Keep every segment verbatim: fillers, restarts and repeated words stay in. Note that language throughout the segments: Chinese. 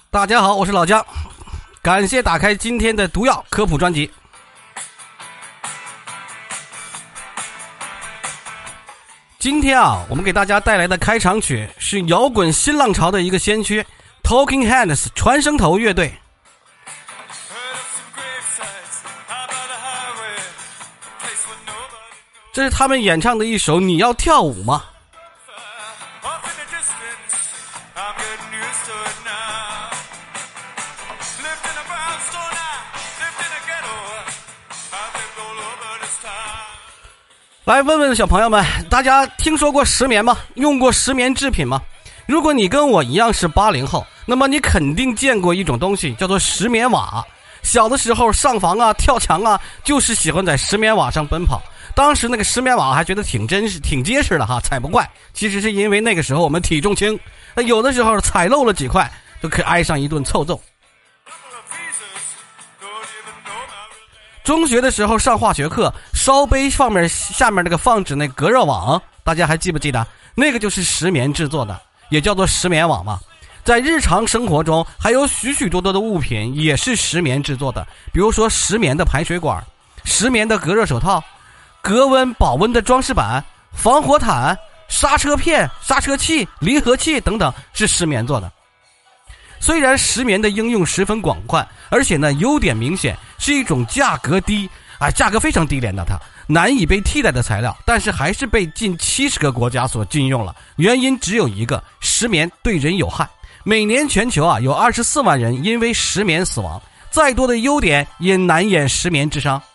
大家好，我是老姜，感谢打开今天的毒药科普专辑。今天啊，我们给大家带来的开场曲是摇滚新浪潮的一个先驱 Talking Heads 传声头乐队。这是他们演唱的一首《你要跳舞吗》。来问问小朋友们，大家听说过石棉吗？用过石棉制品吗？如果你跟我一样是八零后，那么你肯定见过一种东西叫做石棉瓦。小的时候上房啊跳墙啊，就是喜欢在石棉瓦上奔跑。当时那个石棉瓦还觉得挺真实挺结实的哈，踩不坏。其实是因为那个时候我们体重轻，那有的时候踩漏了几块就可以挨上一顿臭揍。中学的时候上化学课，烧杯上面下面那个放纸那隔热网，大家还记不记得？那个就是石棉制作的，也叫做石棉网嘛。在日常生活中还有许许多多的物品也是石棉制作的，比如说石棉的排水管、石棉的隔热手套、隔温保温的装饰板、防火毯、刹车片、刹车器、离合器等等是石棉做的。虽然石棉的应用十分广泛，而且呢优点明显，是一种价格低啊，价格非常低廉的它难以被替代的材料，但是还是被近七十个国家所禁用了。原因只有一个，石棉对人有害。每年全球啊有二十四万人因为石棉死亡，再多的优点也难掩石棉之伤。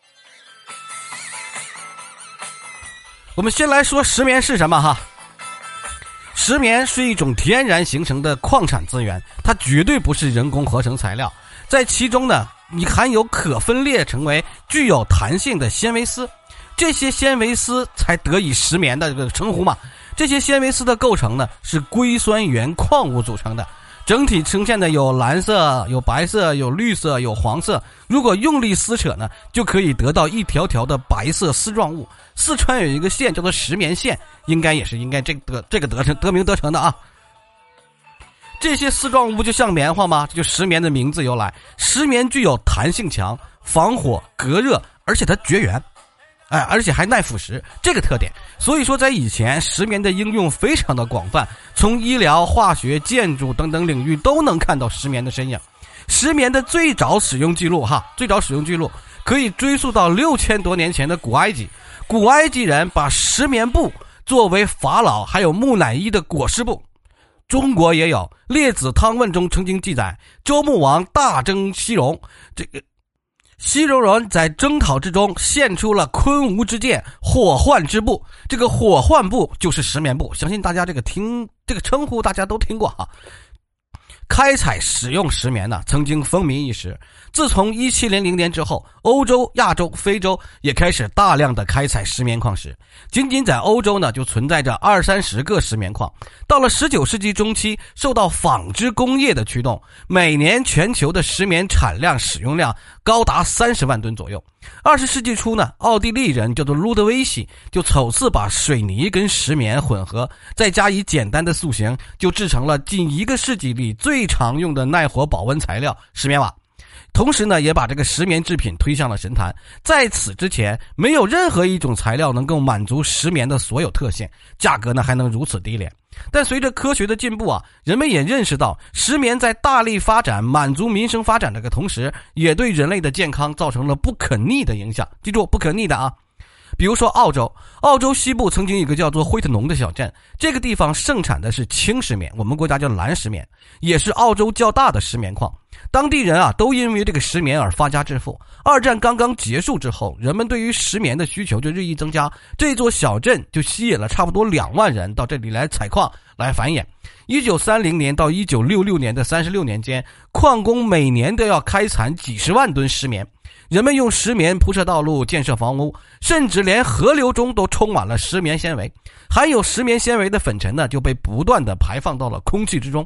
我们先来说石棉是什么哈。石棉是一种天然形成的矿产资源，它绝对不是人工合成材料。在其中呢，你含有可分裂成为具有弹性的纤维丝，这些纤维丝才得以石棉的这个称呼嘛。这些纤维丝的构成呢，是硅酸盐矿物组成的，整体呈现的有蓝色、有白色、有绿色、有黄色。如果用力撕扯呢，就可以得到一条条的白色丝状物。四川有一个县叫做石棉县，应该也是应该这个这个得成得名得成的啊。这些丝状物就像棉花吗？这就石棉的名字由来。石棉具有弹性强、防火、隔热，而且它绝缘，哎，而且还耐腐蚀这个特点。所以说在以前石棉的应用非常的广泛，从医疗、化学、建筑等等领域都能看到石棉的身影。石棉的最早使用记录哈，最早使用记录可以追溯到六千多年前的古埃及。古埃及人把石棉布作为法老还有木乃伊的裹尸布。中国也有，《列子汤问》中曾经记载，周穆王大征西戎，这个西戎人在征讨之中献出了昆吾之剑、火浣之布。这个火浣布就是石棉布，相信大家这个听这个称呼大家都听过哈。开采使用石棉呢，曾经风靡一时。自从一七零零年之后，欧洲、亚洲、非洲也开始大量的开采石棉矿石。仅仅在欧洲呢，就存在着二三十个石棉矿。到了十九世纪中期，受到纺织工业的驱动，每年全球的石棉产量使用量高达三十万吨左右。二十世纪初呢，奥地利人叫做路德维希就首次把水泥跟石棉混合，再加以简单的塑形，就制成了近一个世纪里最常用的耐火保温材料石棉瓦。同时呢，也把这个石棉制品推向了神坛。在此之前，没有任何一种材料能够满足石棉的所有特性，价格呢还能如此低廉。但随着科学的进步啊，人们也认识到石棉在大力发展、满足民生发展这个同时，也对人类的健康造成了不可逆的影响。记住，不可逆的啊！比如说澳洲，澳洲西部曾经有一个叫做惠特农的小镇，这个地方盛产的是青石棉，我们国家叫蓝石棉，也是澳洲较大的石棉矿。当地人啊都因为这个石棉而发家致富。二战刚刚结束之后，人们对于石棉的需求就日益增加，这座小镇就吸引了差不多两万人到这里来采矿来繁衍。一九三零年到一九六六年的三十六年间，矿工每年都要开采几十万吨石棉。人们用石棉铺设道路、建设房屋，甚至连河流中都充满了石棉纤维。含有石棉纤维的粉尘呢，就被不断的排放到了空气之中。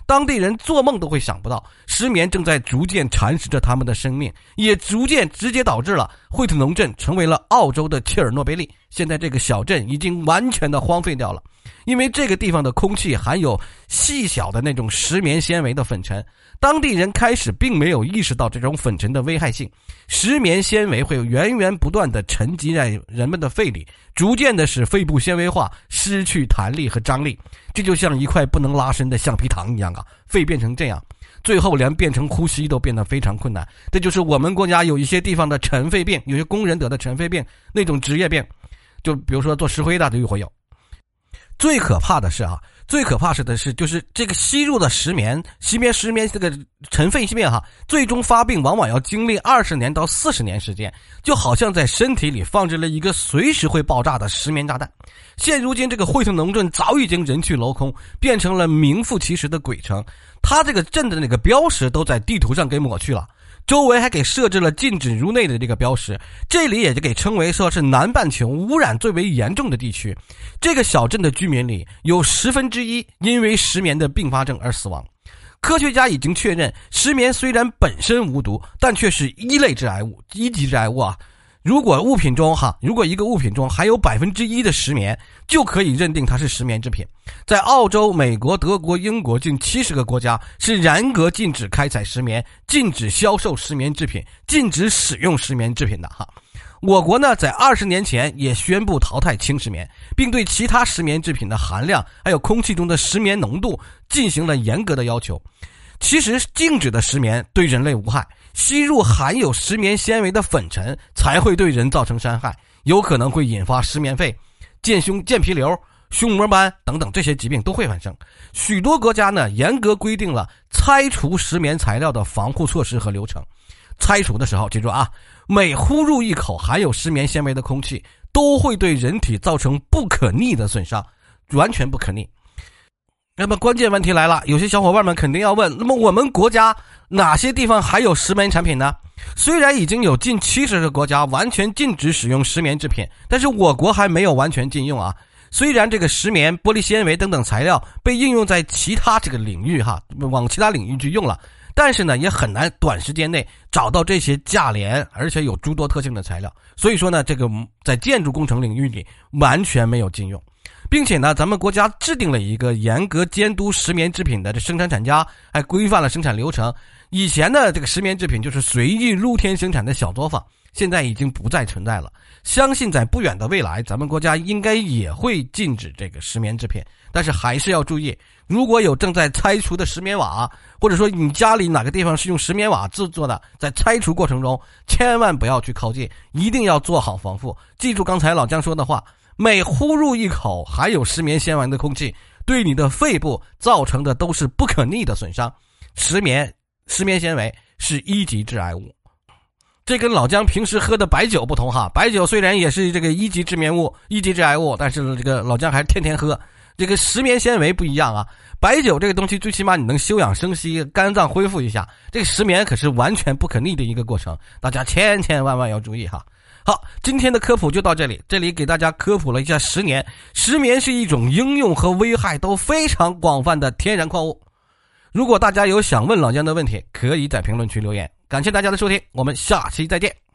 当地人做梦都会想不到，石棉正在逐渐蚕食着他们的生命，也逐渐直接导致了惠特农镇成为了澳洲的切尔诺贝利。现在这个小镇已经完全的荒废掉了，因为这个地方的空气含有细小的那种石棉纤维的粉尘，当地人开始并没有意识到这种粉尘的危害性。石棉纤维会源源不断的沉积在人们的肺里，逐渐的使肺部纤维化，失去弹力和张力，这就像一块不能拉伸的橡皮糖一样啊，肺变成这样，最后连变成呼吸都变得非常困难。这就是我们国家有一些地方的尘肺病，有些工人得的尘肺病，那种职业病，就比如说做石灰的就会有。最可怕的是啊，最可怕是的是，就是这个吸入的石棉、石棉、石棉这个尘肺面哈，最终发病往往要经历二十年到四十年时间，就好像在身体里放置了一个随时会爆炸的石棉炸弹。现如今这个惠特农镇早已经人去楼空，变成了名副其实的鬼城，它这个镇的那个标识都在地图上给抹去了。周围还给设置了禁止入内的这个标识，这里也就给称为说是南半球污染最为严重的地区。这个小镇的居民里有十分之一因为石棉的并发症而死亡。科学家已经确认，石棉虽然本身无毒，但却是一类致癌物，一级致癌物啊。如果物品中哈，如果一个物品中含有百分之一的石棉，就可以认定它是石棉制品。在澳洲、美国、德国、英国近七十个国家是严格禁止开采石棉、禁止销售石棉制品、禁止使用石棉制品的哈。我国呢，在二十年前也宣布淘汰轻石棉，并对其他石棉制品的含量还有空气中的石棉浓度进行了严格的要求。其实静止的石棉对人类无害，吸入含有石棉纤维的粉尘才会对人造成伤害，有可能会引发石棉肺、健胸、健脾瘤、胸膜斑等等这些疾病都会发生。许多国家呢严格规定了拆除石棉材料的防护措施和流程。拆除的时候记住啊，每呼入一口含有石棉纤维的空气都会对人体造成不可逆的损伤，完全不可逆。那么关键问题来了，有些小伙伴们肯定要问，那么我们国家哪些地方还有石棉产品呢？虽然已经有近七十个国家完全禁止使用石棉制品，但是我国还没有完全禁用啊。虽然这个石棉、玻璃纤维等等材料被应用在其他这个领域哈，往其他领域去用了，但是呢也很难短时间内找到这些价廉而且有诸多特性的材料，所以说呢这个在建筑工程领域里完全没有禁用。并且呢咱们国家制定了一个严格监督石棉制品的这生产厂家，还规范了生产流程。以前的这个石棉制品就是随意露天生产的小作坊，现在已经不再存在了。相信在不远的未来，咱们国家应该也会禁止这个石棉制品，但是还是要注意，如果有正在拆除的石棉瓦，或者说你家里哪个地方是用石棉瓦制作的，在拆除过程中千万不要去靠近，一定要做好防护。记住刚才老姜说的话，每呼入一口含有石棉纤维的空气，对你的肺部造成的都是不可逆的损伤。石棉石棉纤维是一级致癌物，这跟老姜平时喝的白酒不同哈。白酒虽然也是这个一级致棉物、一级致癌物，但是这个老姜还是天天喝。这个石棉纤维不一样啊，白酒这个东西最起码你能休养生息，肝脏恢复一下，这个石棉可是完全不可逆的一个过程，大家千千万万要注意哈。好，今天的科普就到这里。这里给大家科普了一下石棉。石棉是一种应用和危害都非常广泛的天然矿物。如果大家有想问老姜的问题，可以在评论区留言。感谢大家的收听，我们下期再见。